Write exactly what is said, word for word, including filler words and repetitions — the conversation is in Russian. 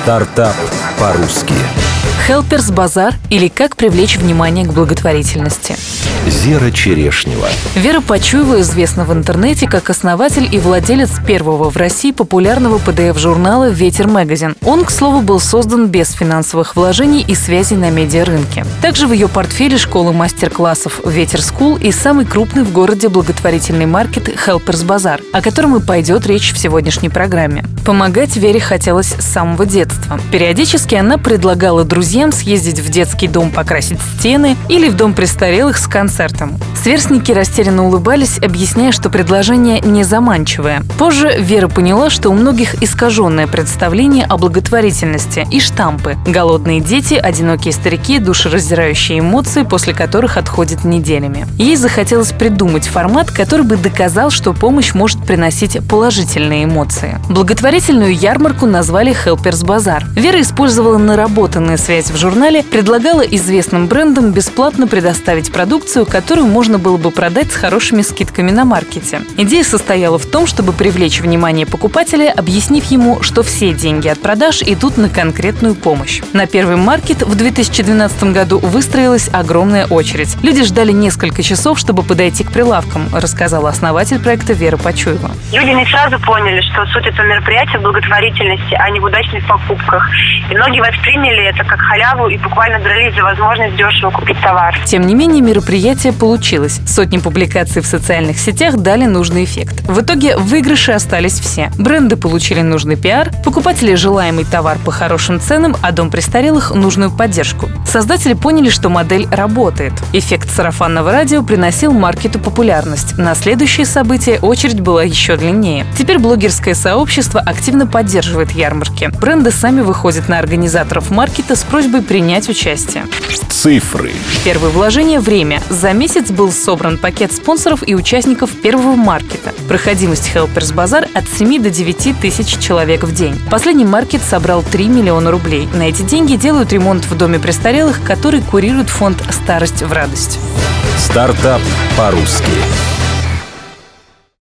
Стартап по-русски. Helpers Bazaar или как привлечь внимание к благотворительности. Зера Черешнева. Вера Почуева известна в интернете как основатель и владелец первого в России популярного пи ди эф-журнала «Ветер Магазин». Он, к слову, был создан без финансовых вложений и связей на медиарынке. Также в ее портфеле школы мастер-классов «Ветер Скул» и самый крупный в городе благотворительный маркет Helpers Bazaar, о котором и пойдет речь в сегодняшней программе. Помогать Вере хотелось с самого детства. Периодически она предлагала друзьям съездить в детский дом покрасить стены или в дом престарелых с концертом. Сверстники растерянно улыбались, объясняя, что предложение не заманчивое. Позже Вера поняла, что у многих искаженное представление о благотворительности и штампы: голодные дети, одинокие старики, душераздирающие эмоции, после которых отходят неделями. Ей захотелось придумать формат, который бы доказал, что помощь может приносить положительные эмоции. Благотворительную ярмарку назвали Helpers Bazaar. Вера использовала наработанную связь в журнале, предлагала известным брендам бесплатно предоставить продукцию, которую можно было бы продать с хорошими скидками на маркете. Идея состояла в том, чтобы привлечь внимание покупателя, объяснив ему, что все деньги от продаж идут на конкретную помощь. На первый маркет в две тысячи двенадцатом году выстроилась огромная очередь. Люди ждали несколько часов, чтобы подойти к прилавкам, рассказала основатель проекта Вера Почуева. Люди не сразу поняли, что суть этого мероприятия в благотворительности, а не в удачных покупках. И многие восприняли это как халяву и буквально дрались за возможность дешево купить товар. Тем не менее, мероприятие получилось. Сотни публикаций в социальных сетях дали нужный эффект. В итоге в выигрыше остались все. Бренды получили нужный пиар, покупатели желаемый товар по хорошим ценам, а дом престарелых – нужную поддержку. Создатели поняли, что модель работает. Эффект сарафанного радио приносил маркету популярность. На следующее событие очередь была еще длиннее. Теперь блогерское сообщество активно поддерживает ярмарки. Бренды сами выходят на организаторов маркета с просьбой принять участие. Цифры. Первое вложение – время. За месяц был собран пакет спонсоров и участников первого маркета. Проходимость Helpers Bazaar от семи до девяти тысяч человек в день. Последний маркет собрал три миллиона рублей. На эти деньги делают ремонт в доме престарелых, который курирует фонд «Старость в радость». Стартап по-русски.